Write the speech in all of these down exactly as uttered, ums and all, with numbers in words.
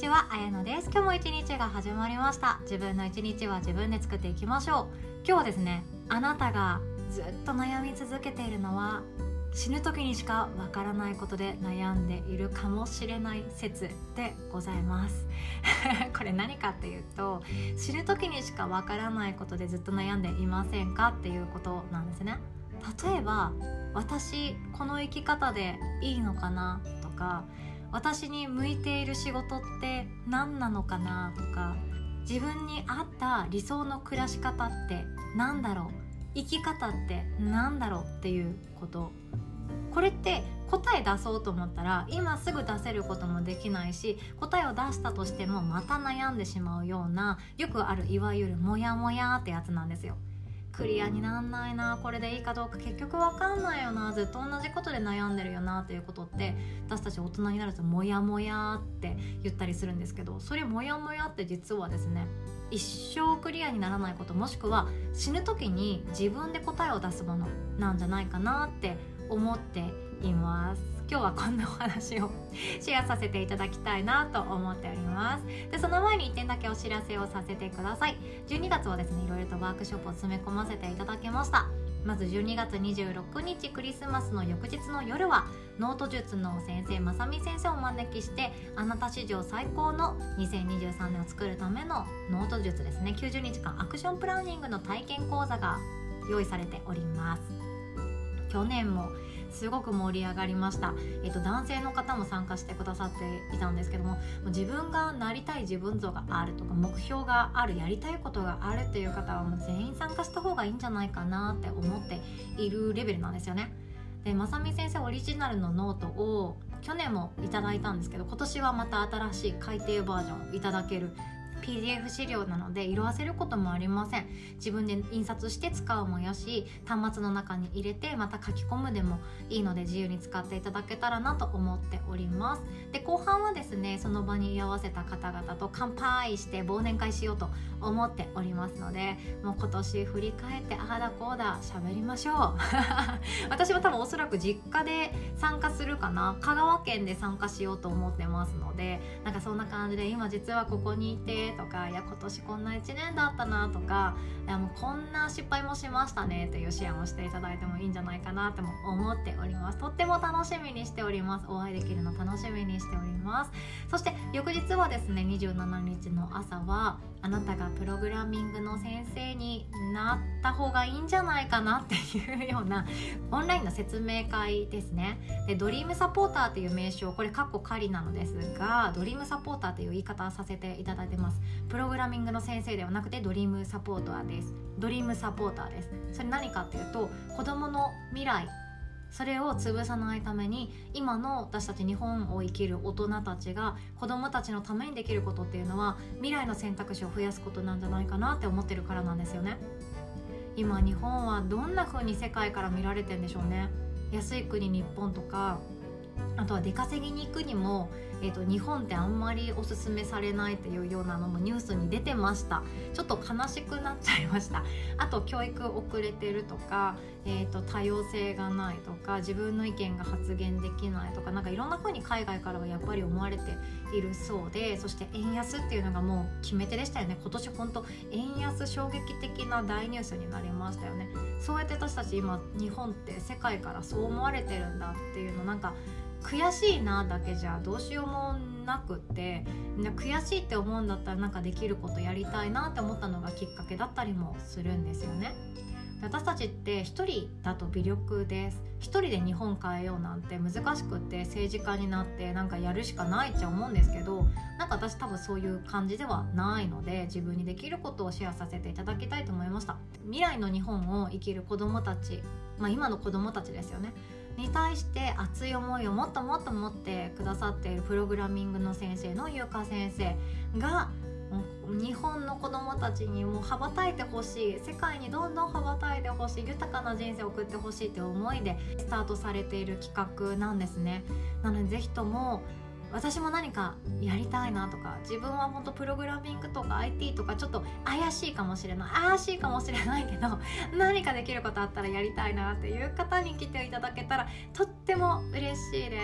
ちは、あやのです。今日も一日が始まりました。自分の一日は自分で作っていきましょう。今日はですね、あなたがずっと悩み続けているのは死ぬ時にしかわからないことで悩んでいるかもしれない説でございますこれ何かっていうと、死ぬ時にしかわからないことでずっと悩んでいませんかっていうことなんですね。例えば、私この生き方でいいのかなとか、私に向いている仕事って何なのかなとか、自分に合った理想の暮らし方って何だろう、生き方って何だろうっていうこと。これって答え出そうと思ったら今すぐ出せることもできないし、答えを出したとしてもまた悩んでしまうような、よくあるいわゆるモヤモヤってやつなんですよ。クリアになんないな、これでいいかどうか結局わかんないよな、ずっと同じことで悩んでるよなっていうことって、私たち大人になるとモヤモヤって言ったりするんですけど、それモヤモヤって実はですね、一生クリアにならないこと、もしくは死ぬ時に自分で答えを出すものなんじゃないかなって思っています。今日はこんなお話をシェアさせていただきたいなと思っております。で、その前にいってんだけお知らせをさせてください。じゅうにがつはですね、いろいろとワークショップを詰め込ませていただきました。まずじゅうにがつにじゅうろくにちクリスマスの翌日の夜は、ノート術の先生まさみ先生をお招きして、あなた史上最高のにせんにじゅうさんねんを作るためのノート術ですね、きゅうじゅうにちかんアクションプランニングの体験講座が用意されております。去年もすごく盛り上がりました。えっと、男性の方も参加してくださっていたんですけども、自分がなりたい自分像があるとか、目標がある、やりたいことがあるっていう方はもう全員参加した方がいいんじゃないかなって思っているレベルなんですよね。で、まさみ先生オリジナルのノートを去年もいただいたんですけど、今年はまた新しい改訂バージョンいただけるピーディーエフ 資料なので、色あせることもありません。自分で印刷して使うもよし、端末の中に入れてまた書き込むでもいいので、自由に使っていただけたらなと思っております。で、後半はですね、その場に居合わせた方々と乾杯して忘年会しようと思っておりますので、もう今年振り返ってああだこうだ喋りましょう私は多分おそらく実家で参加するかな、香川県で参加しようと思ってますので、なんかそんな感じで、今実はここにいてとか、いや今年こんないちねんだったなとか、いやもうこんな失敗もしましたねというシェアもしていただいてもいいんじゃないかなとも思っております。とっても楽しみにしております。お会いできるの楽しみにしております。そして翌日はですね、にじゅうしちにちの朝は、あなたがプログラミングの先生になった方がいいんじゃないかなっていうようなオンラインの説明会ですね。で、ドリームサポーターっていう名称、これカッコ仮なのですが、ドリームサポーターという言い方をさせていただいてます。プログラミングの先生ではなくてドリームサポーターです。ドリームサポーターです。それ何かっていうと、子どもの未来、それを潰さないために、今の私たち日本を生きる大人たちが子どもたちのためにできることっていうのは、未来の選択肢を増やすことなんじゃないかなって思ってるからなんですよね。今日本はどんな風に世界から見られてんでしょうね。安い国日本とか、あとは出稼ぎに行くにも、えーと、日本ってあんまりおすすめされないっていうようなのもニュースに出てました。ちょっと悲しくなっちゃいました。あと教育遅れてるとか、えーと、多様性がないとか、自分の意見が発言できないとか、なんかいろんな風に海外からはやっぱり思われているそうで、そして円安っていうのがもう決め手でしたよね。今年本当円安衝撃的な大ニュースになりましたよね。そうやって私たち今日本って世界からそう思われてるんだっていうの、なんか悔しいなだけじゃどうしようもなくって、悔しいって思うんだったらなんかできることやりたいなって思ったのがきっかけだったりもするんですよね。私たちって一人だと微力です。一人で日本変えようなんて難しくって、政治家になってなんかやるしかないっちゃ思うんですけど、なんか私多分そういう感じではないので、自分にできることをシェアさせていただきたいと思いました。未来の日本を生きる子どもたち、まあ今の子どもたちですよねに対して熱い思いをもっともっと持ってくださっているプログラミングの先生のゆうか先生が、日本の子どもたちにも羽ばたいてほしい、世界にどんどん羽ばたいてほしい、豊かな人生を送ってほしいという思いでスタートされている企画なんですね。なのでぜひとも、私も何かやりたいなとか、自分は本当プログラミングとか アイティー とかちょっと怪しいかもしれない怪しいかもしれないけど、何かできることあったらやりたいなっていう方に来ていただけたらとっても嬉しいです。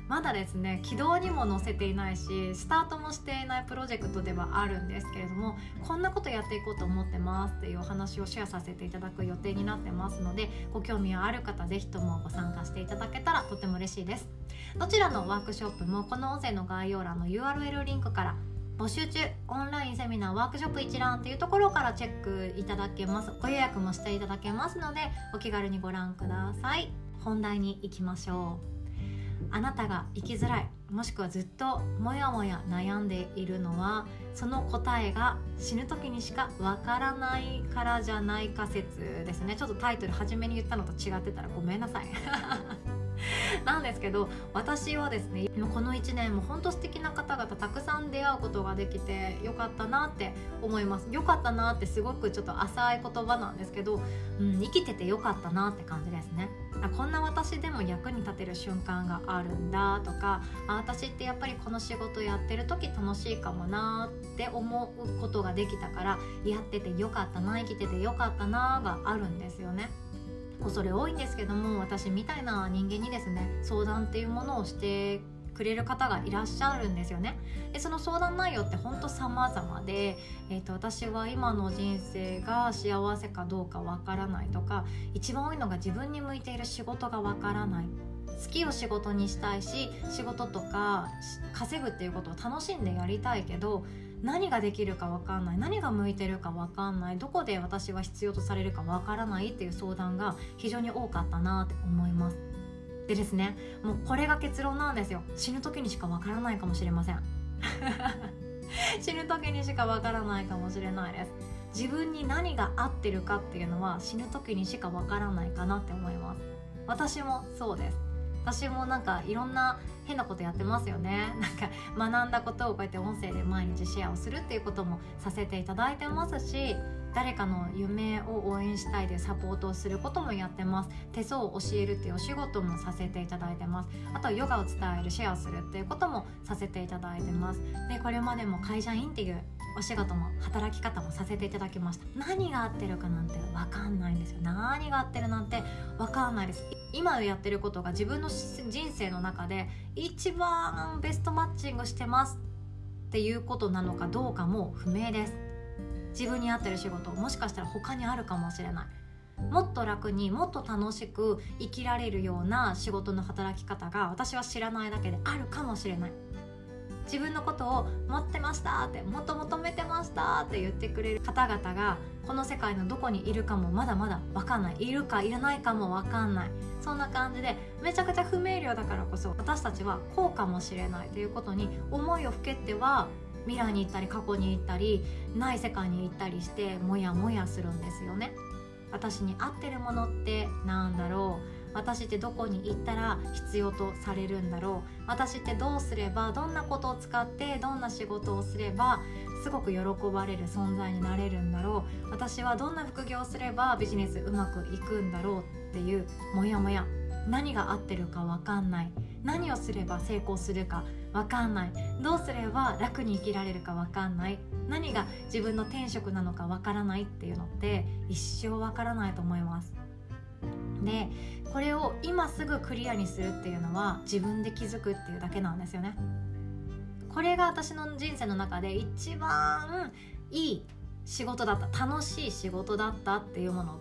まだですね軌道にも乗せていないしスタートもしていないプロジェクトではあるんですけれども、こんなことやっていこうと思ってますっていうお話をシェアさせていただく予定になってますので、ご興味ある方ぜひともご参加していただけたらとても嬉しいです。どちらのワークショップもこの音声の概要欄の ユーアールエル リンクから募集中、オンラインセミナーワークショップ一覧というところからチェックいただけます。ご予約もしていただけますのでお気軽にご覧ください。本題に行きましょう。あなたが生きづらい、もしくはずっともやもや悩んでいるのは、その答えが死ぬ時にしかわからないからじゃないか説ですね。ちょっとタイトル初めに言ったのと違ってたらごめんなさいなんですけど、私はですねこのいちねんも本当素敵な方々たくさん出会うことができてよかったなって思います。よかったなってすごくちょっと浅い言葉なんですけど、うん、生きててよかったなって感じですね。あ、こんな私でも役に立てる瞬間があるんだとか、あ、私ってやっぱりこの仕事やってる時楽しいかもなって思うことができたから、やっててよかったな、生きててよかったながあるんですよね。恐れ多いんですけども、私みたいな人間にですね相談っていうものをしてくれる方がいらっしゃるんですよね。でその相談内容って本当様々で、えーと、私は今の人生が幸せかどうかわからないとか、一番多いのが自分に向いている仕事がわからない、好きを仕事にしたいし、仕事とか稼ぐっていうことを楽しんでやりたいけど何ができるか分かんない、何が向いてるか分かんない、どこで私は必要とされるか分からないっていう相談が非常に多かったなって思います。でですね、もうこれが結論なんですよ。死ぬ時にしか分からないかもしれません死ぬ時にしか分からないかもしれないです。自分に何が合ってるかっていうのは死ぬ時にしか分からないかなって思います。私もそうです。私もなんかいろんな変なことやってますよね。なんか学んだことをこうやって音声で毎日シェアをするっていうこともさせていただいてますし、誰かの夢を応援したいでサポートをすることもやってます。手相を教えるっていうお仕事もさせていただいてます。あとはヨガを伝えるシェアをするっていうこともさせていただいてます。でこれまでも会社員っていうお仕事も働き方もさせていただきました。何が合ってるかなんて分かんないんですよ。何が合ってるなんて分かんないです。今やってることが自分の人生の中で一番ベストマッチングしてますっていうことなのかどうかも不明です。自分に合ってる仕事もしかしたら他にあるかもしれない。もっと楽にもっと楽しく生きられるような仕事の働き方が私は知らないだけであるかもしれない。自分のことを持ってましたって、もっと求めてましたって言ってくれる方々がこの世界のどこにいるかもまだまだ分かんない、いるかいらないかも分かんない、そんな感じでめちゃくちゃ不明瞭だからこそ、私たちはこうかもしれないということに思いをふけっては未来に行ったり過去に行ったりない世界に行ったりしてモヤモヤするんですよね。私に合ってるものってなんだろう、私ってどこに行ったら必要とされるんだろう、私ってどうすれば、どんなことを使ってどんな仕事をすればすごく喜ばれる存在になれるんだろう、私はどんな副業をすればビジネスうまくいくんだろうっていうモヤモヤ、何が合ってるか分かんない、何をすれば成功するか分かんない、どうすれば楽に生きられるか分かんない、何が自分の天職なのか分からないっていうのって一生分からないと思います。でこれを今すぐクリアにするっていうのは自分で気づくっていうだけなんですよね。これが私の人生の中で一番いい仕事だった、楽しい仕事だったっていうものって、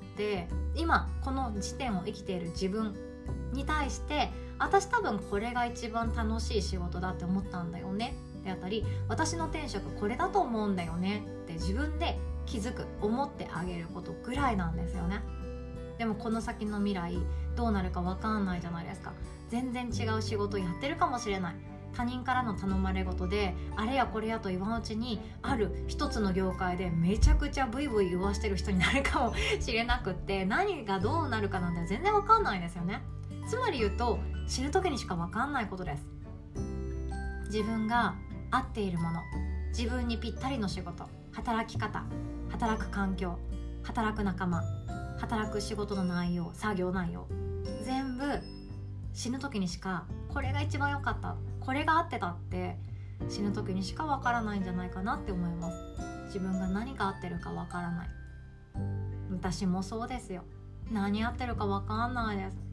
今この時点を生きている自分に対して私多分これが一番楽しい仕事だって思ったんだよねであったり、私の天職これだと思うんだよねって自分で気づく、思ってあげることぐらいなんですよね。でもこの先の未来どうなるか分かんないじゃないですか。全然違う仕事やってるかもしれない。他人からの頼まれ事であれやこれやと言わんうちにある一つの業界でめちゃくちゃブイブイ言わしてる人になるかもしれなくって、何がどうなるかなんて全然分かんないですよね。つまり言うと死ぬ時にしか分かんないことです。自分が合っているもの、自分にぴったりの仕事、働き方、働く環境、働く仲間、働く仕事の内容、作業内容、全部死ぬ時にしかこれが一番良かった、これが合ってたって死ぬ時にしか分からないんじゃないかなって思います。自分が何が合ってるか分からない。私もそうですよ。何合ってるか分かんないです。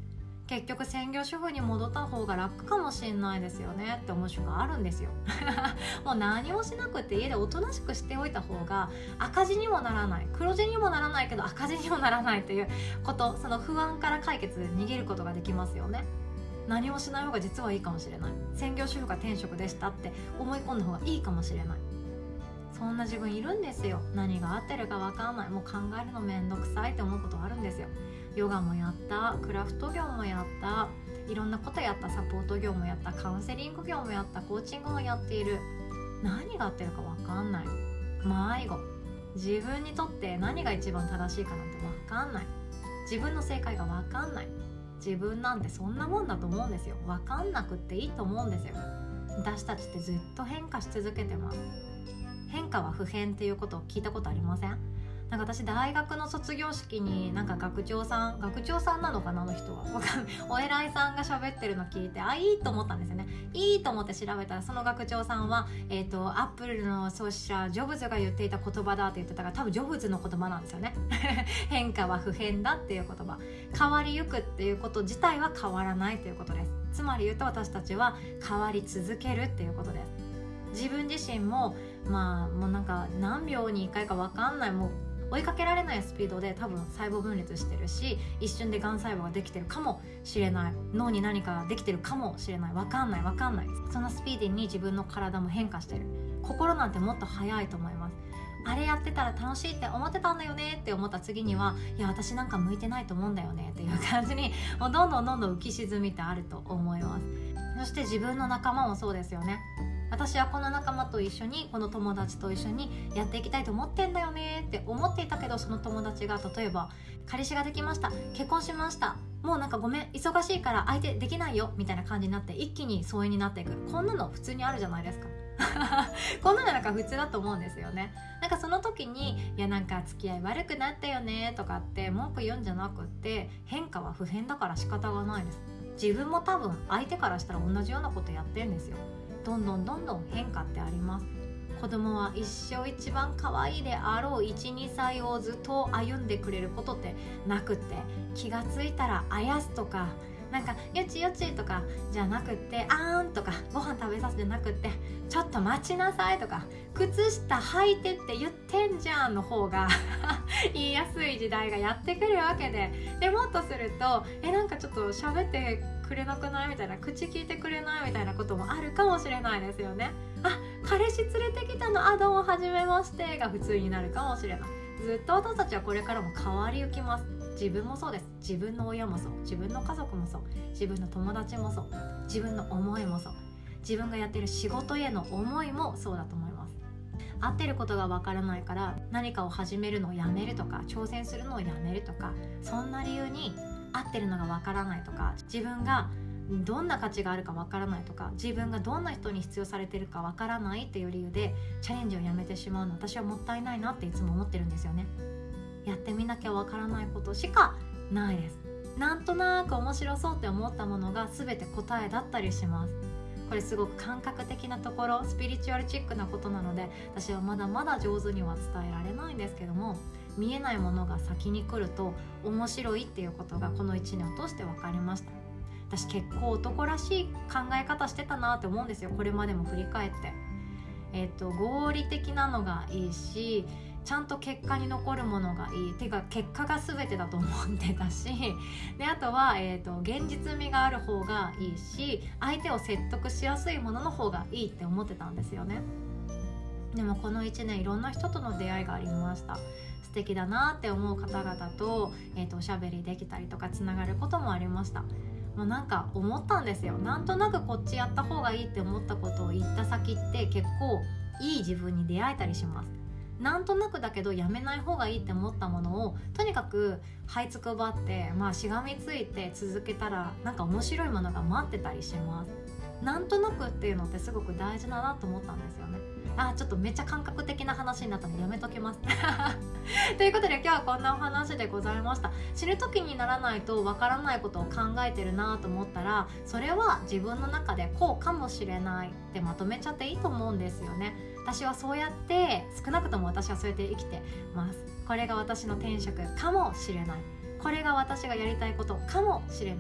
結局専業主婦に戻った方が楽かもしれないですよねって思う瞬間あるんですよもう何もしなくて家でおとなしくしておいた方が赤字にもならない、黒字にもならないけど赤字にもならないということ、その不安から解決逃げることができますよね。何もしない方が実はいいかもしれない、専業主婦が転職でしたって思い込んだ方がいいかもしれない。そんな自分いるんですよ。何が合ってるか分かんない、もう考えるのめんどくさいって思うことあるんですよ。ヨガもやった、クラフト業もやった、いろんなことやった、サポート業もやった、カウンセリング業もやった、コーチングもやっている。何が合ってるか分かんない。迷子。自分にとって何が一番正しいかなんて分かんない。自分の正解が分かんない。自分なんてそんなもんだと思うんですよ。分かんなくっていいと思うんですよ。私たちってずっと変化し続けてます。変化は不変っていうことを聞いたことありません？なんか私大学の卒業式になんか学長さん学長さんなのかな、あの人はお偉いさんが喋ってるの聞いて、あ、いいと思ったんですよね。いいと思って調べたら、その学長さんは、えーと、アップルの創始者ジョブズが言っていた言葉だって言ってたから、多分ジョブズの言葉なんですよね変化は不変だっていう言葉、変わりゆくっていうこと自体は変わらないということです。つまり言うと、私たちは変わり続けるっていうことです。自分自身もまあもうなんか何秒にいっかいか分かんない、もう追いかけられないスピードで多分細胞分裂してるし、一瞬でがん細胞ができてるかもしれない、脳に何かできてるかもしれない、分かんない分かんない。そんなスピーディーに自分の体も変化してる。心なんてもっと早いと思います。あれやってたら楽しいって思ってたんだよねって思った次には、いや私なんか向いてないと思うんだよねっていう感じにもうどんどんどんどん浮き沈みってあると思います。そして自分の仲間もそうですよね。私はこの仲間と一緒に、この友達と一緒にやっていきたいと思ってんだよねって思っていたけど、その友達が例えば彼氏ができました、結婚しました、もうなんかごめん忙しいから相手できないよみたいな感じになって、一気に疎遠になっていく。こんなの普通にあるじゃないですかこんなのなんか普通だと思うんですよね。なんかその時に、いやなんか付き合い悪くなったよねとかって文句言うんじゃなくって、変化は不変だから仕方がないです。自分も多分相手からしたら同じようなことやってんですよ。どんどんどんどん変化ってあります。子供は一生一番可愛いであろういち、にさいをずっと歩んでくれることってなくって、気がついたらあやすとか、なんかよちよちとかじゃなくって、あーんとかご飯食べさせてなくって、ちょっと待ちなさいとか、靴下履いてって言ってんじゃんの方が言いやすい時代がやってくるわけで、でもっとすると、えなんかちょっと喋ってくれなくないみたいな、口聞いてくれないみたいなこともあるかもしれないですよね。あ、彼氏連れてきたの、あ、どうもはじめましてが普通になるかもしれない。ずっと私たちはこれからも変わりゆきます。自分もそうです。自分の親もそう、自分の家族もそう、自分の友達もそう、自分の思いもそう、自分がやっている仕事への思いもそうだと思います。合ってることがわからないから何かを始めるのをやめるとか、挑戦するのをやめるとか、そんな理由に合ってるのがわからないとか、自分がどんな価値があるかわからないとか、自分がどんな人に必要されてるかわからないっていう理由でチャレンジをやめてしまうの、私はもったいないなっていつも思ってるんですよね。やってみなきゃわからないことしかないです。なんとなく面白そうって思ったものが全て答えだったりします。これすごく感覚的なところ、スピリチュアルチックなことなので、私はまだまだ上手には伝えられないんですけども、見えないものが先に来ると面白いっていうことがこのいちねんを通して分かりました。私結構男らしい考え方してたなって思うんですよ。これまでも振り返ってえっと合理的なのがいいし、ちゃんと結果に残るものがいいっていうか、結果が全てだと思ってたし、であとは、えーと、現実味がある方がいいし、相手を説得しやすいものの方がいいって思ってたんですよね。でもこのいちねんいろんな人との出会いがありました。素敵だなって思う方々と、えーと、おしゃべりできたりとかつながることもありました。もうなんか思ったんですよ。なんとなくこっちやった方がいいって思ったことを言った先って結構いい自分に出会えたりします。なんとなくだけどやめない方がいいって思ったものをとにかく這いつくばって、まあしがみついて続けたらなんか面白いものが待ってたりします。なんとなくっていうのってすごく大事だなと思ったんですよね。あ、ちょっとめっちゃ感覚的な話になったのでやめときますということで今日はこんなお話でございました。死ぬ時にならないとわからないことを考えてるなと思ったら、それは自分の中でこうかもしれないってまとめちゃっていいと思うんですよね。私はそうやって、少なくとも私はそうやって生きてます。これが私の転職かもしれない、これが私がやりたいことかもしれない、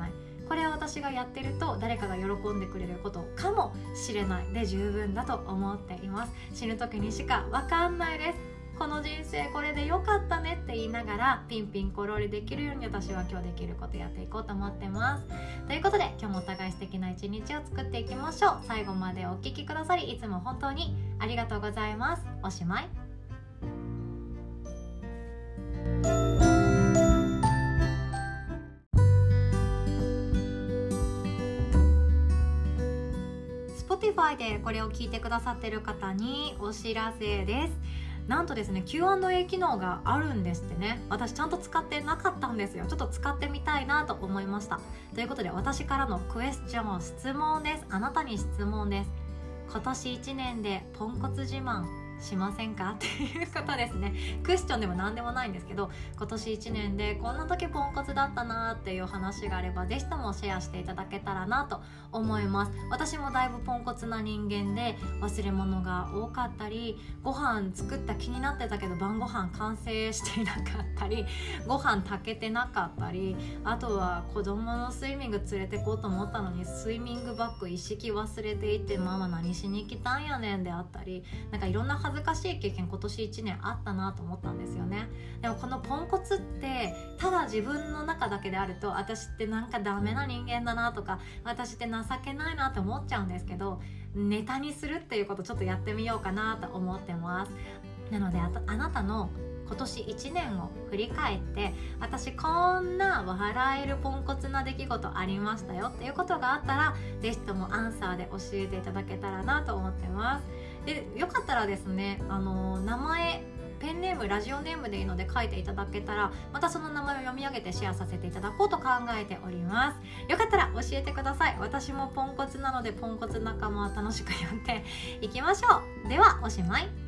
これを私がやってると誰かが喜んでくれることかもしれないで十分だと思っています。死ぬ時にしか分かんないです。この人生これで良かったねって言いながらピンピンコロリできるように私は今日できることやっていこうと思ってます。ということで今日もお互い素敵な一日を作っていきましょう。最後までお聞きくださりいつも本当にありがとうございます。おしまい。Spotify でこれを聞いてくださっている方にお知らせです。なんとですね キューアンドエー 機能があるんですってね。私ちゃんと使ってなかったんですよ。ちょっと使ってみたいなと思いました。ということで私からのクエスチョン、質問です。あなたに質問です。今年いちねんでポンコツ自慢しませんかっていうことですね。クエスチョンでも何でもないんですけど、今年いちねんでこんな時ポンコツだったなっていう話があればぜひともシェアしていただけたらなと思います。私もだいぶポンコツな人間で忘れ物が多かったり、ご飯作った気になってたけど晩ご飯完成していなかったり、ご飯炊けてなかったり、あとは子供のスイミング連れてこうと思ったのにスイミングバッグ一式忘れていてママ何しに来たんやねんであったり、なんかいろんな恥ずかしい経験今年いちねんあったなと思ったんですよね。でもこのポンコツってただ自分の中だけであると私ってなんかダメな人間だなとか私って情けないなって思っちゃうんですけど、ネタにするっていうことちょっとやってみようかなと思ってます。なので あ, あなたの今年いちねんを振り返って私こんな笑えるポンコツな出来事ありましたよっていうことがあったらぜひともアンサーで教えていただけたらなと思ってます。でよかったらですね、あの名前ペンネームラジオネームでいいので書いていただけたらまたその名前を読み上げてシェアさせていただこうと考えております。よかったら教えてください。私もポンコツなのでポンコツ仲間を楽しくやっていきましょう。ではおしまい。